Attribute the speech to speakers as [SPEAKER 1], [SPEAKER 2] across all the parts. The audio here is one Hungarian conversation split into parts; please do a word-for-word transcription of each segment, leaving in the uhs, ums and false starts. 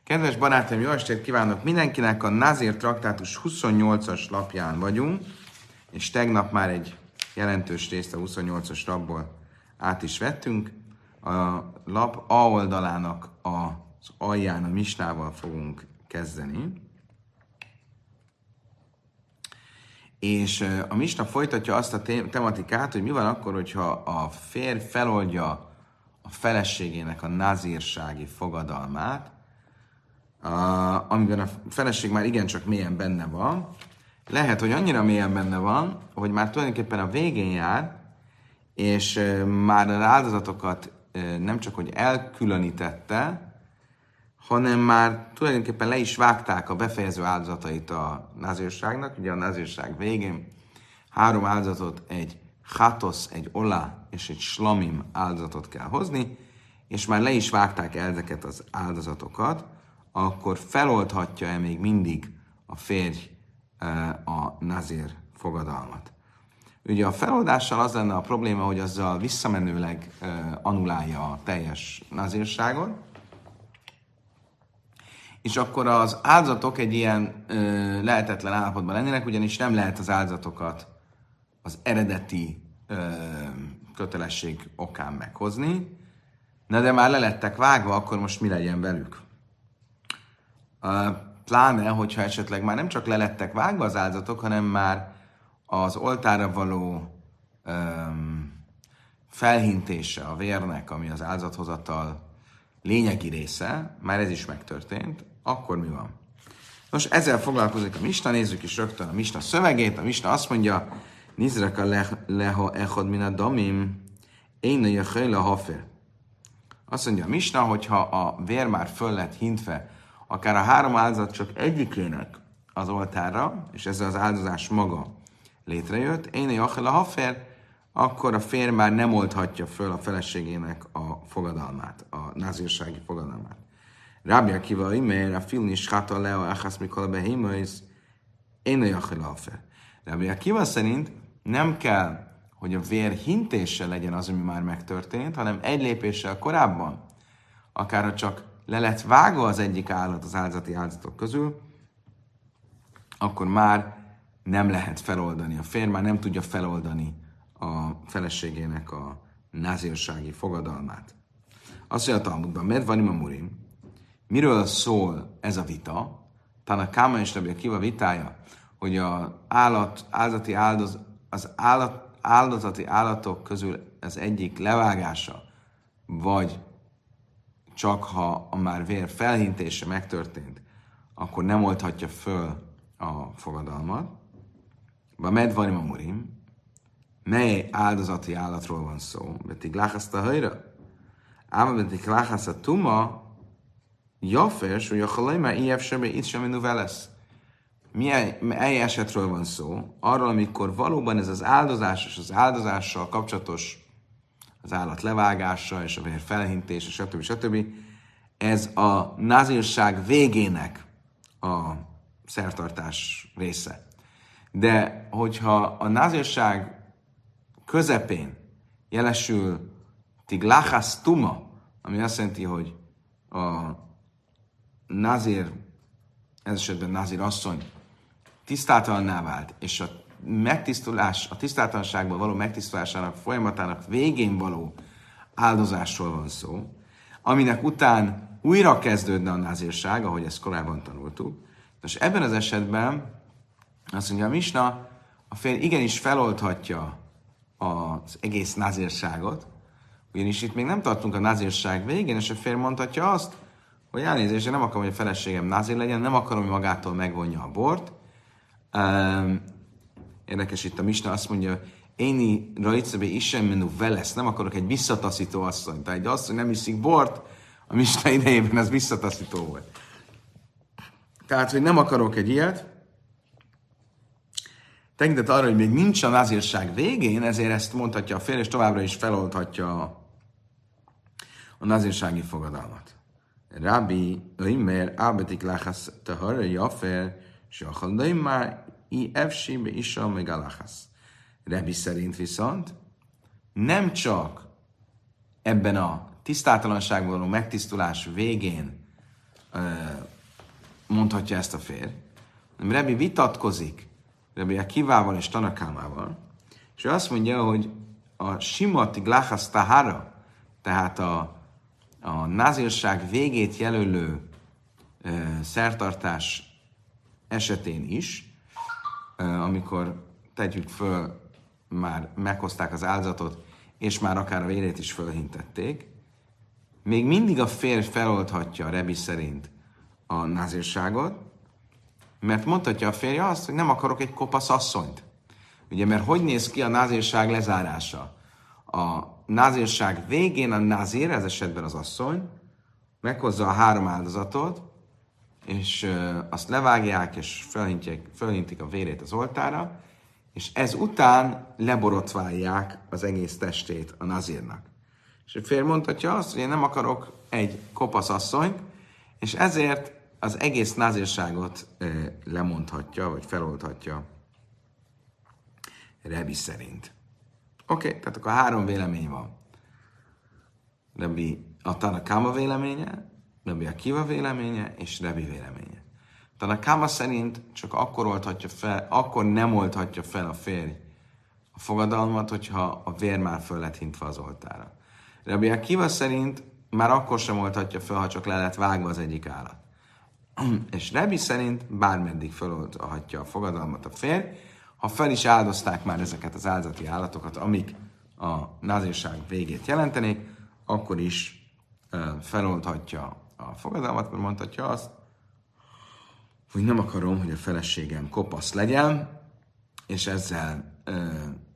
[SPEAKER 1] Kedves barátaim, jó estét kívánok mindenkinek! A Nazir traktátus huszonnyolcas lapján vagyunk, és tegnap már egy jelentős részt a huszonnyolcas lapból át is vettünk. A lap A oldalának az alján a misnával fogunk kezdeni. És a misna folytatja azt a tematikát, hogy mi van akkor, hogyha a férj feloldja a feleségének a nazírsági fogadalmát, Uh, amiben a feleség már igencsak mélyen benne van. Lehet, hogy annyira mélyen benne van, hogy már tulajdonképpen a végén jár, és uh, már az áldozatokat uh, nem csak hogy elkülönítette, hanem már tulajdonképpen le is vágták a befejező áldozatait a nazírságnak. Ugye a nazírság végén három áldozatot, egy hatosz, egy ola és egy slamim áldozatot kell hozni, és már le is vágták ezeket az áldozatokat, akkor feloldhatja-e még mindig a férj a nazír fogadalmat. Ugye a feloldással az lenne a probléma, hogy azzal visszamenőleg anulálja a teljes nazírságot, és akkor az áldozatok egy ilyen lehetetlen állapotban lennének, ugyanis nem lehet az áldozatokat az eredeti kötelesség okán meghozni, na de már le lettek vágva, akkor most mi legyen velük? Uh, pláne, hogyha esetleg már nem csak lelettek vágva az áldozatok, hanem már az oltára való um, felhintése a vérnek, ami az áldozathozatal lényegi része, már ez is megtörtént, akkor mi van? Nos, ezzel foglalkozik a misna, nézzük is rögtön a misna szövegét. A misna azt mondja, Nizraka leha echad min a damim, én a jöjjla hafer. Azt mondja a misna, hogyha a vér már föl lett hintve, akár a három áldozat csak egyikének az oltárra, és ezzel az áldozás maga létrejött, én a jachel hafer, akkor a férj már nem oldhatja föl a feleségének a fogadalmát, a nazírsági fogadalmát. Rabbi Akiva imer, a filni shata leo achasz mikol behimaiz, én a jachel hafer. Rabbi Akiva szerint nem kell, hogy a vér hintése legyen az, ami már megtörtént, hanem egy lépéssel korábban, akár ha csak le lett vágva az egyik állat az áldozati áldozatok közül, akkor már nem lehet feloldani. A férj már nem tudja feloldani a feleségének a nazírsági fogadalmát. Azt mondja a Talmudban, medvanim a murim, miről szól ez a vita? Talán a Káma és Rabbi Akiva vitája, hogy az állat, áldozati áldoz, az állat, áldozati állatok közül az egyik levágása, vagy csak ha a már vér felhintése megtörtént, akkor nem oldhatja föl a fogadalmat. Ba medvarim a murim, mely áldozati állatról van szó? Betik láhaszt a hajra? Ám betik láhaszt a tuma, jafes, hogy a halaj már ilyebb semmi, itt semmi nuvelesz. Milyen esetről van szó? Arról, amikor valóban ez az áldozás és az áldozással kapcsolatos az állat levágása és a vér felhintése, stb. stb. Ez a nazírság végének a szertartás része. De hogyha a nazírság közepén jelesül tigláhász tuma, ami azt jelenti, hogy a nazír, ez esetben nazír asszony tisztátalanná vált, és a megtisztulás, a tisztátalanságban való megtisztulásának folyamatának végén való áldozásról van szó, aminek után újra kezdődne a nazírság, ahogy ezt korábban tanultuk. És ebben az esetben azt mondja a misna, a férj igenis feloldhatja az egész nazírságot, ugyanis itt még nem tartunk a nazírság végén, és a férj mondhatja azt, hogy elnézést, én nem akarom, hogy a feleségem nazír legyen, nem akarom, hogy magától megvonja a bort. Um, Érdekes itt a misna, azt mondja, éni rajcebe isem menú velesz, nem akarok egy visszataszító asszonyt. Tehát egy asszony nem iszik bort, a misna idejében ez visszataszító volt. Tehát, hogy nem akarok egy ilyet, tekintet arra, hogy még nincs a nazírság végén, ezért ezt mondhatja a férj, és továbbra is feloldhatja a nazírsági fogadalmat. Rabbi, Öimer, Ábetik Láhász, Tahara, Jafer, Sachaldaim már i efsébe is a megaláhász. Rabbi szerint viszont nem csak ebben a tisztátalanságban való megtisztulás végén mondhatja ezt a férj. Rebbi vitatkozik Rebbi Akivával és Tanakámával, és ő azt mondja, hogy a simati glachas tahara, tehát a, a názírság végét jelölő e, szertartás esetén is, e, amikor tegyük föl, már meghozták az áldozatot, és már akár a vérét is fölhintették, még mindig a férj feloldhatja a Rebbi szerint a názírságot, mert mondhatja a férje azt, hogy nem akarok egy kopasz asszonyt. Ugye, mert hogy néz ki a názírság lezárása? A názírság végén a názír, ez esetben az asszony, meghozza a három áldozatot, és ö, azt levágják, és fölhintik a vérét az oltára, és ez után leborotválják az egész testét a nazírnak. És a férj mondhatja azt, hogy én nem akarok egy kopasz asszonyt, és ezért az egész názírságot ö, lemondhatja, vagy feloldhatja Rebbi szerint. Oké, okay, tehát akkor három vélemény van. Rebbi a Tanakáma véleménye, Rebbi Akiva véleménye, és Rebbi véleménye. Tanakáma szerint csak akkor oldhatja fel, akkor nem oldhatja fel a férj a fogadalmat, hogyha a vér már föl lett hintve az oltára. Rebbi Akiva szerint már akkor sem oldhatja fel, ha csak le lett vágva az egyik állat. És Rebbi szerint bármeddig feloldhatja a fogadalmat a férj, ha fel is áldozták már ezeket az áldozati állatokat, amik a názírság végét jelentenék, akkor is uh, feloldhatja a fogadalmat, mert mondhatja azt, hogy nem akarom, hogy a feleségem kopasz legyen, és ezzel uh,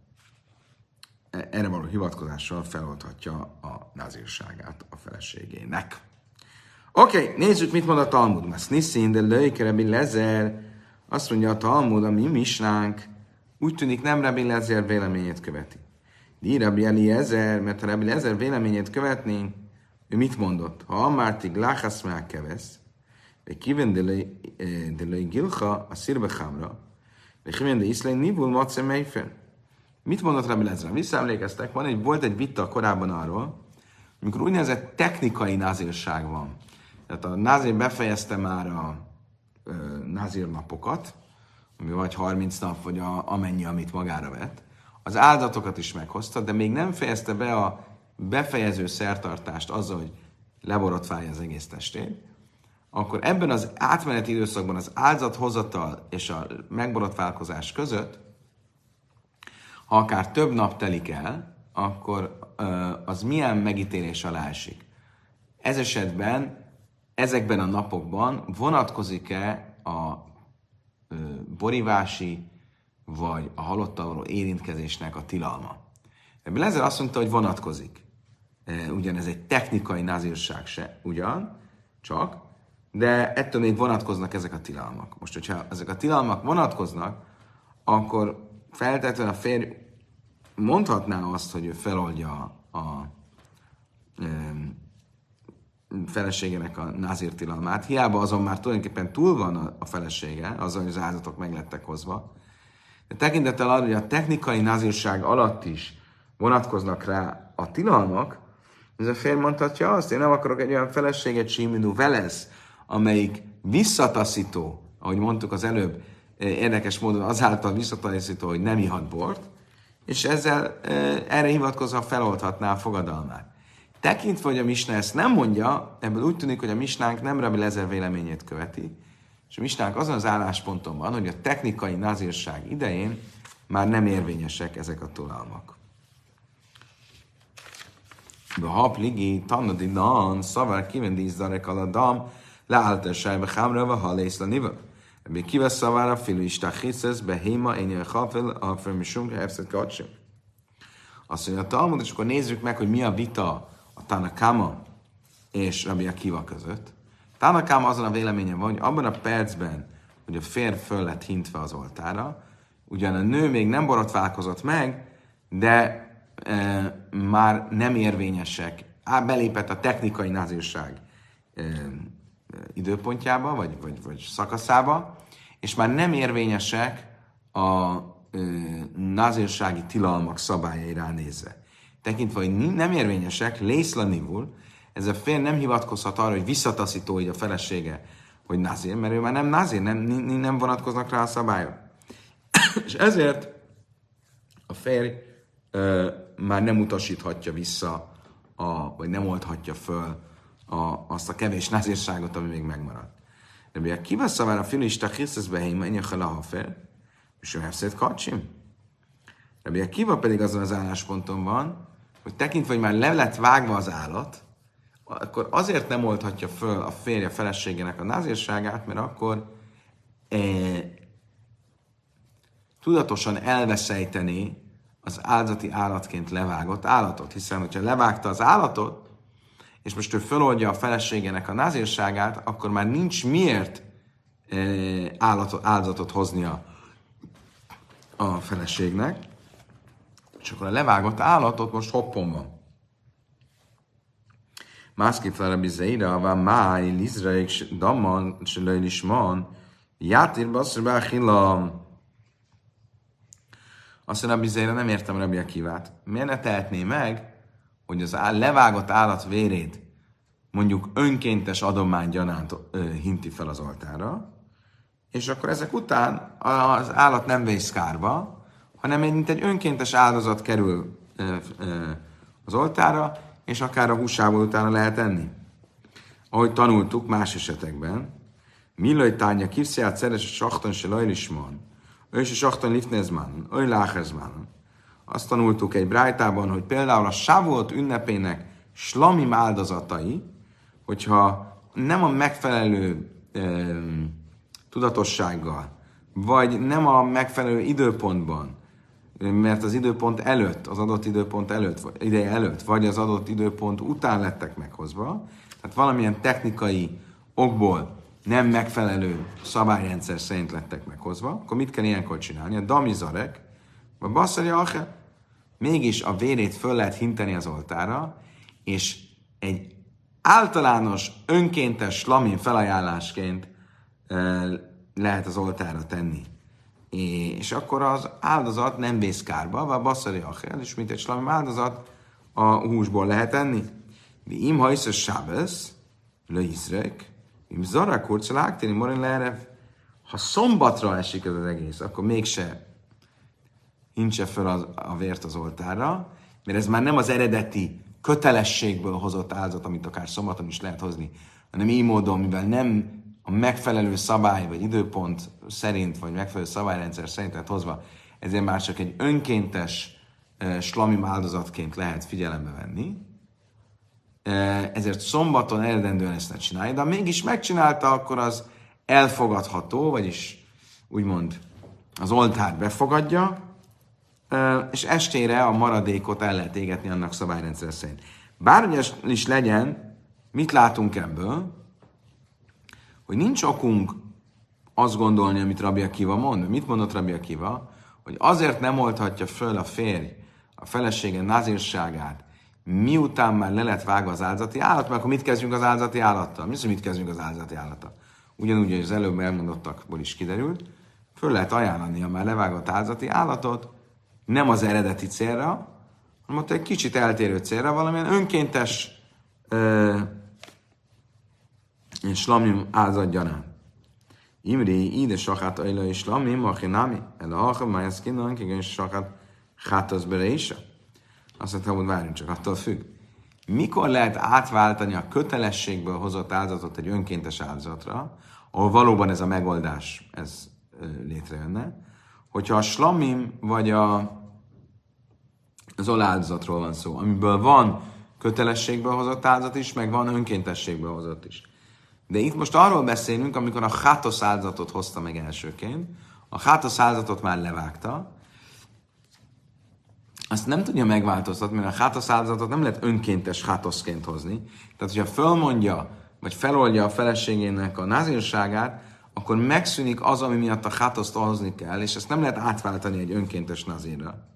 [SPEAKER 1] erre való hivatkozással feloldhatja a názírságát a feleségének. Oké, okay, nézzük, mit mond a Talmud. Mert Niszin, de Löjke Rebbi Lezer, azt mondja a Talmud, a mi misnánk, úgy tűnik nem Rebbi Lezer véleményét követi. Di Rebbi Eliezer, mert ha Rebbi Lezer véleményét követnénk, ő mit mondott? Ha Amárti Glachas Mákevesz, vagy Kiven de Löj Gilcha a Szirbechamra, vagy Kiven de Iszlén Nivul Mace Meifer. Mit mondott Rebbi Lezer? Visszaemlékeztek, van egy, volt egy vita korábban arról, amikor úgynevezett technikai názírság van. Tehát a názír befejezte már a ö, názír napokat, ami vagy harminc nap, vagy a, amennyi, amit magára vett. Az áldatokat is meghozta, de még nem fejezte be a befejező szertartást azzal, hogy leborotválja az egész testét. Akkor ebben az átmeneti időszakban az áldozathozatal és a megborotválkozás között, ha akár több nap telik el, akkor ö, az milyen megítélés alá esik. Ez esetben, ezekben a napokban vonatkozik-e a ö, borívási vagy a halottal való érintkezésnek a tilalma? Ebből ezzel azt mondta, hogy vonatkozik. E, ugyan ez egy technikai názírság se, ugyan, csak, de ettől még vonatkoznak ezek a tilalmak. Most, hogyha ezek a tilalmak vonatkoznak, akkor feltétlenül a férj mondhatná azt, hogy ő feloldja a, a e, feleségének a názír tilalmát. Hiába azon már tulajdonképpen túl van a, a felesége, azon, hogy az áldozatok meg lettek hozva. De tekintettel arra, hogy a technikai názírság alatt is vonatkoznak rá a tilalmak, ez a férj mondhatja azt, én nem akarok egy olyan feleséget síminú velesz, amelyik visszataszító, ahogy mondtuk az előbb, érdekes módon azáltal visszataszító, hogy nem ihat bort, és ezzel erre hivatkozva feloldhatná a fogadalmát. Tekintve, hogy a misna ezt nem mondja, ebből úgy tűnik, hogy a misnánk nem Rebbi Lezer véleményét követi, és a misnánk azon az állásponton van, hogy a technikai názírság idején már nem érvényesek ezek a tilalmak. De ha pligi, tanadi dan, szavar kivendíz darek aladam, leáltassájba hámrava, ha lész a nivel. Ebből kivesz szavára, filu istáchiszesz, behéma, én jön hafel, a förmisunk, herszet kacsim. Azt mondja a Talmud, és akkor nézzük meg, hogy mi a vita a Tanakama és Rabbi Akiva között. Tanakama azon a véleményen van, hogy abban a percben, hogy a férj föl lett hintve az oltára, ugyan a nő még nem borotválkozott meg, de e, már nem érvényesek. Á, belépett a technikai názírság e, e, időpontjába, vagy, vagy, vagy szakaszába, és már nem érvényesek a e, názírsági tilalmak szabályairá nézve. Tekintve, hogy nem érvényesek, lészlanivul, Ez a férj nem hivatkozhat arra, hogy visszataszító így a felesége, hogy nazír, mert ő már nem nazír, nem, nem vonatkoznak rá a szabályok. És ezért a férj ö, már nem utasíthatja vissza, a, vagy nem oldhatja föl a, azt a kevés nazírságot, ami még megmaradt. De mi a kivaszavára a filista Krisztus behéma, ennyi a hafer, és ő hefszét kacsim. De a kiva pedig azon az állásponton van, hogy tekintve, hogy már le lett vágva az állat, akkor azért nem oldhatja föl a férje feleségének a názírságát, mert akkor e, tudatosan elveszejteni az áldozati állatként levágott állatot. Hiszen, hogyha levágta az állatot, és most ő föloldja a feleségének a názírságát, akkor már nincs miért e, állatot, áldozatot hoznia a feleségnek, és akkor a levágott állatot most hoppon van. Másképp fel a bizeira, van máj, lizraik, daman, se lejlisman, játér basszor hila. Azt mondja, a bizeira, nem értem Rabbi Akivát. Miért ne tehetné meg, hogy az áll, levágott állat vérét mondjuk önkéntes adomány gyanánt ö, hinti fel az oltára, és akkor ezek után az állat nem vész kárba, hanem mint egy önkéntes áldozat kerül ö, ö, az oltára, és akár a húsából utána lehet enni. Ahogy tanultuk más esetekben, Millai tárnya kivszját szeres a sakton se lajlisman, ő se sakton liftnezman, ő láhezman. Azt tanultuk egy brájtában, hogy például a Sávolt ünnepének slamim áldozatai, hogyha nem a megfelelő ö, tudatossággal, vagy nem a megfelelő időpontban, mert az időpont előtt, az adott időpont előtt, vagy ideje előtt, vagy az adott időpont után lettek meghozva, tehát valamilyen technikai okból nem megfelelő szabályrendszer szerint lettek meghozva, akkor mit kell ilyenkor csinálni? A damizarek, vagy basszarja ache, mégis a vérét föl lehet hinteni az oltára, és egy általános, önkéntes slamin felajánlásként lehet az oltára tenni. És akkor az áldozat nem vész kárba, vagy basszari achel, és mint egy slamim áldozat a húsból lehet enni. De im hajszos sábesz, le iszrek, im zarak hurcsa lágténi, morin leerev. Ha szombatra esik ez az egész, akkor mégse hintse fel az, a vért az oltára, mert ez már nem az eredeti kötelességből hozott áldozat, amit akár szombaton is lehet hozni, hanem így módon, mivel nem a megfelelő szabály vagy időpont szerint, vagy megfelelő szabályrendszer szerint lehet hozva, ezért már csak egy önkéntes uh, slamim áldozatként lehet figyelembe venni. Uh, ezért szombaton eredendően ezt ne csinálja, de ha mégis megcsinálta, akkor az elfogadható, vagyis úgymond az oltárt befogadja, uh, és estére a maradékot el lehet égetni annak szabályrendszer szerint. Bárhogy is legyen, mit látunk ebből? Hogy nincs okunk azt gondolni, amit Rabbi Akiva mond. Mit mondott Rabbi Akiva? Hogy azért nem oldhatja föl a férj a felesége nazírságát, miután már le lett vágva az áldozati állat, mert akkor mit kezdjünk az áldozati állattal? Mi az, hogy mit kezdjünk az áldozati állattal? Ugyanúgy, hogy az előbb elmondottakból is kiderült, föl lehet ajánlani a már levágott áldozati állatot, nem az eredeti célra, hanem ott egy kicsit eltérő célra, valamilyen önkéntes ö, slamim áldozat gyanán. Imri, ide sakát ajla és slamim, aki nami, el a halka, májesz kinnan, kigön sakát hátasz bere is. Azt mondtam, hogy várjunk csak, attól függ. Mikor lehet átváltani a kötelességből hozott áldozatot egy önkéntes áldozatra, ahol valóban ez a megoldás, ez ö, létrejönne, hogyha a slamim vagy a, az oláldozatról van szó, amiből van kötelességből hozott áldozat is, meg van önkéntességből hozott is. De itt most arról beszélünk, amikor a hátosz áldozatot hozta meg elsőként, a hátosz áldozatot már levágta, azt nem tudja megváltoztatni, mert a hátosz áldozatot nem lehet önkéntes hátoszként hozni. Tehát, hogyha fölmondja, vagy feloldja a feleségének a názírságát, akkor megszűnik az, ami miatt a hátoszt hozni kell, és ezt nem lehet átváltani egy önkéntes nazírra.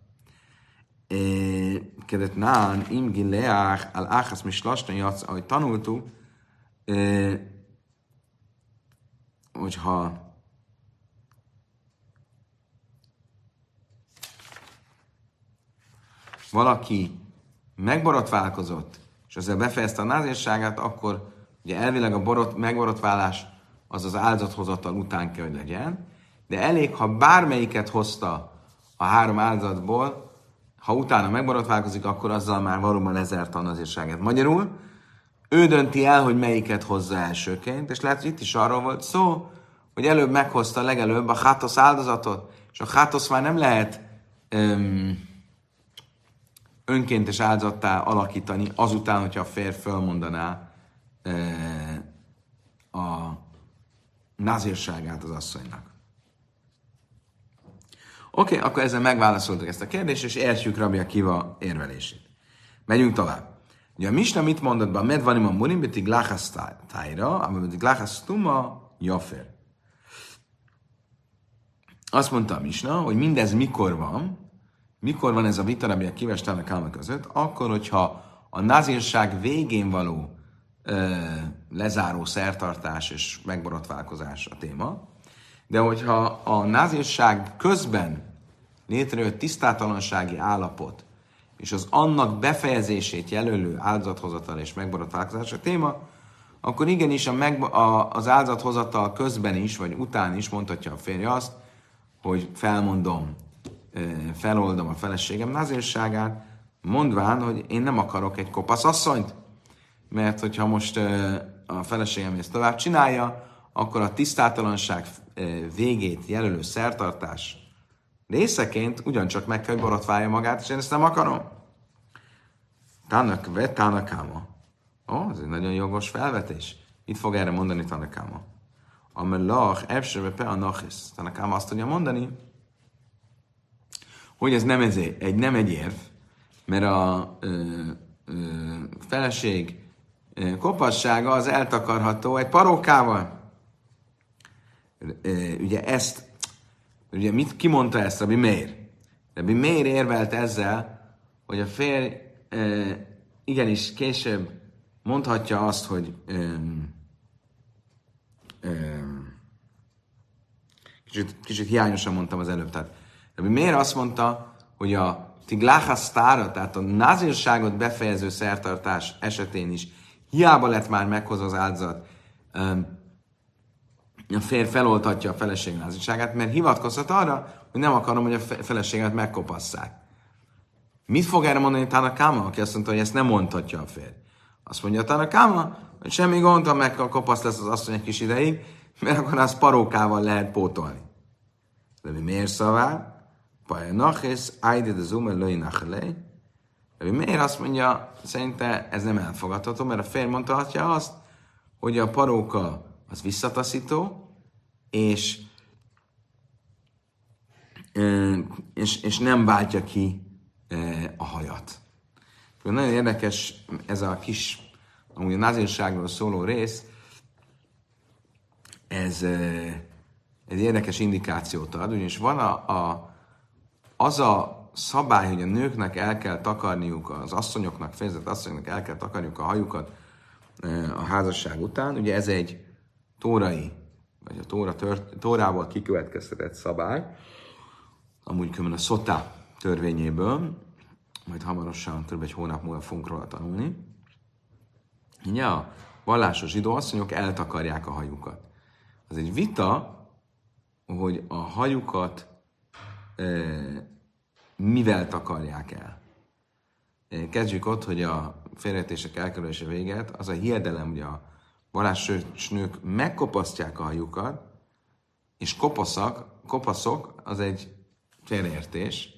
[SPEAKER 1] Kedet nán, imgi leách, al áhász mi slastan, ahogy tanultuk, hogyha valaki megborotválkozott, és ezzel befejezte a názírságát, akkor ugye elvileg a borot, megborotválás az az áldozathozatal után kell, hogy legyen, de elég, ha bármelyiket hozta a három áldozatból, ha utána megborotválkozik, akkor azzal már valóban lezárta a názírságát. Magyarul ő dönti el, hogy melyiket hozza elsőként, és lehet, hogy itt is arról volt szó, hogy előbb meghozta legelőbb a hátosz áldozatot, és a hátosz már nem lehet öm, önkéntes áldozattá alakítani azután, hogyha a férj fölmondaná ö, a názírságát az asszonynak. Oké, okay, akkor ezzel megválaszoltuk ezt a kérdést, és értjük Rabbi Akiva érvelését. Megyünk tovább. Ugye a Misna mit mondott be? Medvanim a murim, betig láhász tájra, ami betig láhász tuma, jafer. Azt mondta a Misna, hogy mindez mikor van, mikor van ez a vita Rabbi Akiva és Tanna Kama között, akkor, hogyha a názírság végén való ö, lezáró szertartás és megborotválkozás a téma, de hogyha a názírság közben létrejött tisztátalansági állapot, és az annak befejezését jelölő áldozathozatal és megborotválkozás a téma, akkor igenis a meg, a, az áldozathozatal közben is, vagy után is mondhatja a férje azt, hogy felmondom, feloldom a feleségem názírságát, mondván, hogy én nem akarok egy kopasz asszonyt, mert hogyha most a feleségem ezt tovább csinálja, akkor a tisztátalanság végét jelölő szertartás részeként ugyancsak meg kell, hogy borotválja magát, és én ezt nem akarom. Tának ve, tánakáma. Ó, oh, ez egy nagyon jogos felvetés. Mit fog erre mondani tánakáma? Amelach, ebsebe pe a nachisz. Tánakáma azt tudja mondani, hogy ez nem, ez egy, nem egy érv, mert a ö, ö, feleség ö, kopassága az eltakarható egy parókával. Ö, ugye ezt Ugye mit, ki mondta ezt? Rabbi Meir. Rabbi Meir érvelt ezzel, hogy a férj e, igenis később mondhatja azt, hogy e, e, kicsit, kicsit hiányosan mondtam az előbb. Tehát Rabbi Meir azt mondta, hogy a tigláhasztára, tehát a názírságot befejező szertartás esetén is hiába lett már meghozva az áldozat, e, a férj feloldhatja a feleség názírságát, mert hivatkozhat arra, hogy nem akarom, hogy a feleséget megkopasszák. Mit fog erre mondani Tanna Kama, aki azt mondta, hogy ezt nem mondhatja a férj? Azt mondja a Tanna Kama, hogy semmi gond, ha meg a kopasz lesz az asszony egy kis ideig, mert akkor az parókával lehet pótolni. De mi miért szavál? Pajanachis, ájde de zume löj nachelej. De mi miért azt mondja, szerinte ez nem elfogadható, mert a férj mondhatja azt, hogy a paróka az visszataszító, és, és, és nem váltja ki a hajat. Nagyon érdekes ez a kis, amúgy a názírságról szóló rész, ez egy érdekes indikációt ad, ugyanis van a, a, az a szabály, hogy a nőknek el kell takarniuk, az asszonyoknak, férjezett asszonyoknak el kell takarniuk a hajukat a házasság után. Ugye ez egy tórai, vagy a tóra tört, tórából kikövetkeztetett szabály, amúgy különben a szotá törvényéből, majd hamarosan, kb. Egy hónap múlva fogunk róla tanulni. Ja, a vallásos zsidó asszonyok eltakarják a hajukat. Az egy vita, hogy a hajukat e, mivel takarják el. Kezdjük ott, hogy a félreértések elkerülése véget, az a hiedelem, hogy a vallásos nők megkopasztják a hajukat, és kopaszak, kopaszok, az egy félreértés,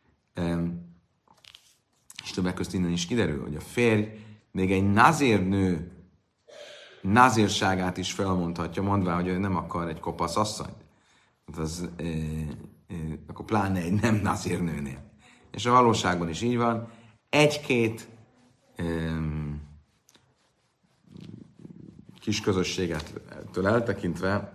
[SPEAKER 1] és többek között innen is kiderül, hogy a férj még egy názírnő názírságát is felmondhatja, mondván, hogy ő nem akar egy kopasz asszonyt. Az, e, e, akkor pláne egy nem názírnőnél. És a valóságban is így van. Egy-két e, kis közösségettől eltekintve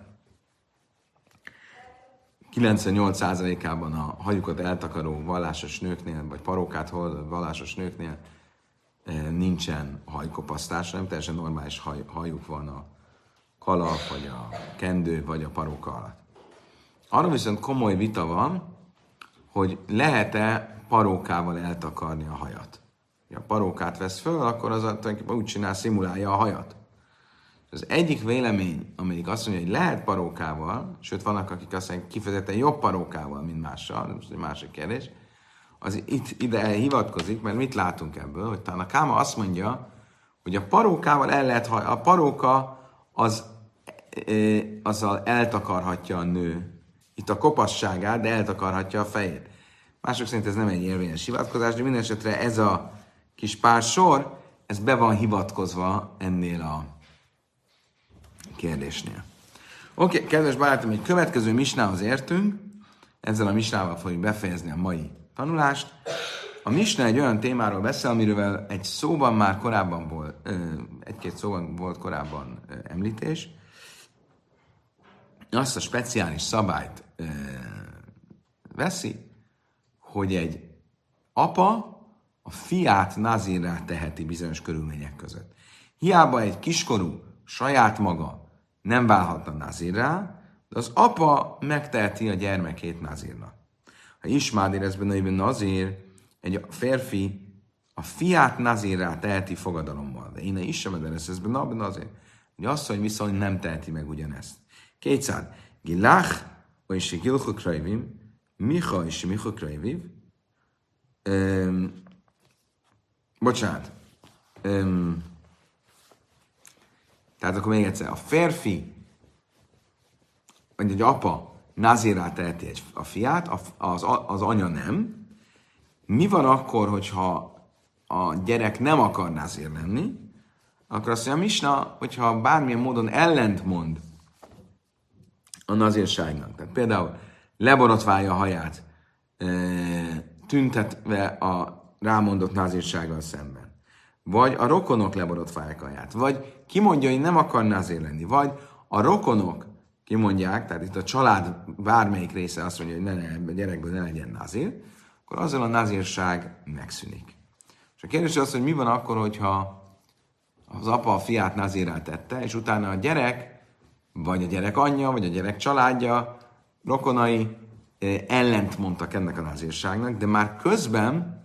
[SPEAKER 1] kilencvennyolc százalékában a hajukat eltakaró vallásos nőknél, vagy parókát hordó vallásos nőknél nincsen hajkopasztás, nem teljesen normális haj, hajuk van a kalap, vagy a kendő, vagy a paróka alatt. Arra viszont komoly vita van, hogy lehet-e parókával eltakarni a hajat. a parókát vesz föl, akkor az tulajdonképpen úgy csinál, szimulálja a hajat. Az egyik vélemény, amelyik azt mondja, hogy lehet parókával, sőt vannak, akik azt mondják, kifejezetten jobb parókával, mint mással, de most egy másik kérdés, az itt ide hivatkozik, mert mit látunk ebből, hogy talán a Káma azt mondja, hogy a parókával el lehet haj, a paróka az, e, azzal eltakarhatja a nő itt a kopasságát, de eltakarhatja a fejét. Mások szerint ez nem egy érvényes hivatkozás, de minden esetre ez a kis pár sor, ez be van hivatkozva ennél a kérdésnél. Oké, okay, kedves barátom, egy következő misnához értünk, ezzel a misnával fogjuk befejezni a mai tanulást. A misna egy olyan témáról beszél, amiről egy szóban már korábban volt, egy-két szóban volt korábban említés. Azt a speciális szabályt veszi, hogy egy apa a fiát nazírrá teheti bizonyos körülmények között. Hiába egy kiskorú saját maga nem válhatna nazírrá, de az apa megteheti a gyermekét nazírnak. Ha Ismád érezben nőjében nazír, egy férfi a fiát nazírrá teheti fogadalommal. De én is sem érezben nőjében nazír. Hogy azt, hogy viszont nem teheti meg ugyanezt. Kétszád. Gilach, vagy se gilchuk rajvim, micha és michuk rajviv. Bocsánat. Um, tehát akkor még egyszer. A férfi, vagy egy apa nazírrá teheti egy, a fiát, az, az anya nem. Mi van akkor, hogyha a gyerek nem akar nazír lenni? Akkor azt mondja a misna, hogyha bármilyen módon ellentmond a nazírságnak. Tehát például leborotválja a haját, tüntetve a rámondott nazírsággal szemben. Vagy a rokonok leborotválják a haját. Vagy kimondja, hogy nem akar nazír lenni. Vagy a rokonok kimondják, tehát itt a család bármelyik része azt mondja, hogy ne, ne, a gyerekből ne legyen nazír, akkor azzal a nazírság megszűnik. És a kérdés az, hogy mi van akkor, hogyha az apa a fiát nazírrá tette, és utána a gyerek, vagy a gyerek anyja, vagy a gyerek családja, rokonai ellent mondtak ennek a nazírságnak, de már közben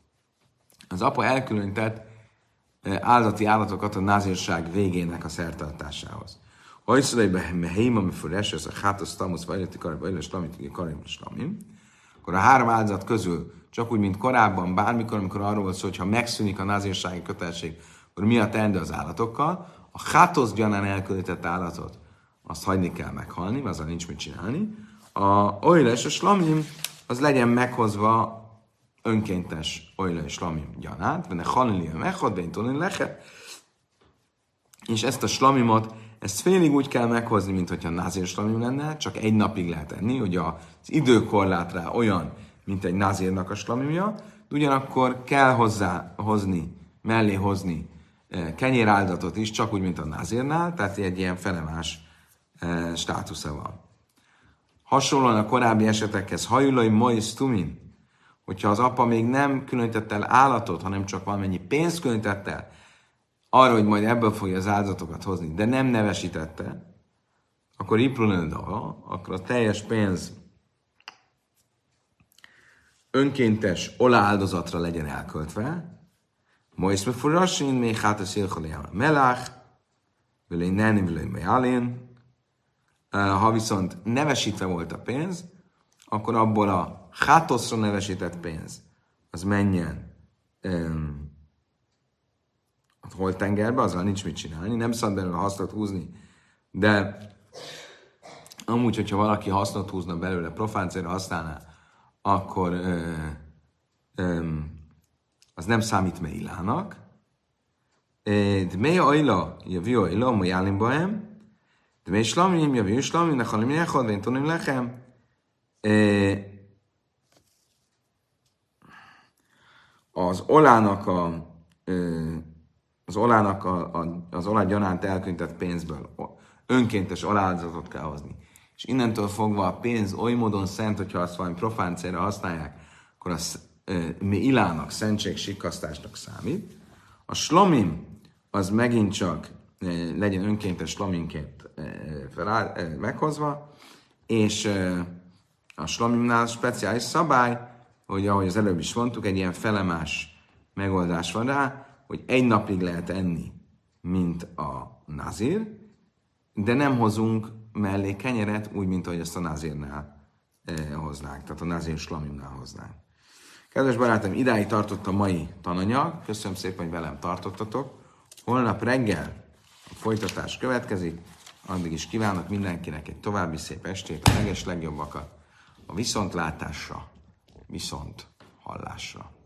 [SPEAKER 1] az apa elkülönített áldati állatokat a nazírság végének a szertartásához. Ha iszolajban heima mi forrás, ez a hátos tamusz, vagy előtti karib, vagy slamit, karib, slamim, akkor a három áldozat közül, csak úgy, mint korábban, bármikor, amikor arról volt szó, hogy ha megszűnik a nazírsági kötelesség, akkor mi a teendő az állatokkal, a hátosz gyanán elkülönített állatot azt hagyni kell meghalni, mert azzal nincs mit csinálni. A olyla és a slamim, az legyen meghozva önkéntes olyla és slamim gyanát, venne halili a meghod, bentolni lehe, és ezt a slamimot, ezt félig úgy kell meghozni, mint hogyha nazír slamim lenne, csak egy napig lehet enni, hogy az időkorlát rá olyan, mint egy nazírnak a slamimja, de ugyanakkor kell hozzá hozni, mellé hozni kenyéráldatot is, csak úgy, mint a nazírnál, tehát egy ilyen felemás e, státusza van. Hasonlóan a korábbi esetekhez hajulai mois tumin, hogyha az apa még nem különített el állatot, hanem csak valamennyi pénzt különített el, arra, hogy majd ebből fogja az áldozatokat hozni, de nem nevesítette, akkor iplunendava, akkor a teljes pénz önkéntes oláldozatra legyen elköltve. Mois me furasin, még hát a szélkoléján a melach, vélén nenni, vélén mejálén. Ha viszont nevesítve volt a pénz, akkor abból a hátoszra nevesített pénz, az menjen um, a holtengerbe, azzal nincs mit csinálni, nem szabad belőle hasznot húzni, de amúgy, hogyha valaki hasznot húzna belőle, profán célra használná, akkor ö, ö, az nem számít meilának. De mely ajla, javi ajla, mojálim bahem, de mely slamim, javi slamim, nechalim jechad, vén tonim lechem. Az olának a az olának a, a, az olá gyanánt elkülönített pénzből önkéntes aláldozatot kell hozni. És innentől fogva a pénz oly módon szent, hogyha azt valami profán célra használják, akkor az mi ilának, szentség sikkasztásnak számít. A slomim az megint csak e, legyen önkéntes slominként e, feláll, e, meghozva, és e, a slomimnál speciális szabály, hogy ahogy az előbb is mondtuk, egy ilyen felemás megoldás van rá, hogy egy napig lehet enni, mint a nazír, de nem hozunk mellé kenyeret, úgy, mint ahogy ezt a nazírnál eh, hoznánk, tehát a nazír slamimnál hoznánk. Kedves barátaim, idáig tartott a mai tananyag. Köszönöm szépen, hogy velem tartottatok. Holnap reggel a folytatás következik. Addig is kívánok mindenkinek egy további szép estét, a leges legjobbakat, a viszontlátásra, viszont hallásra.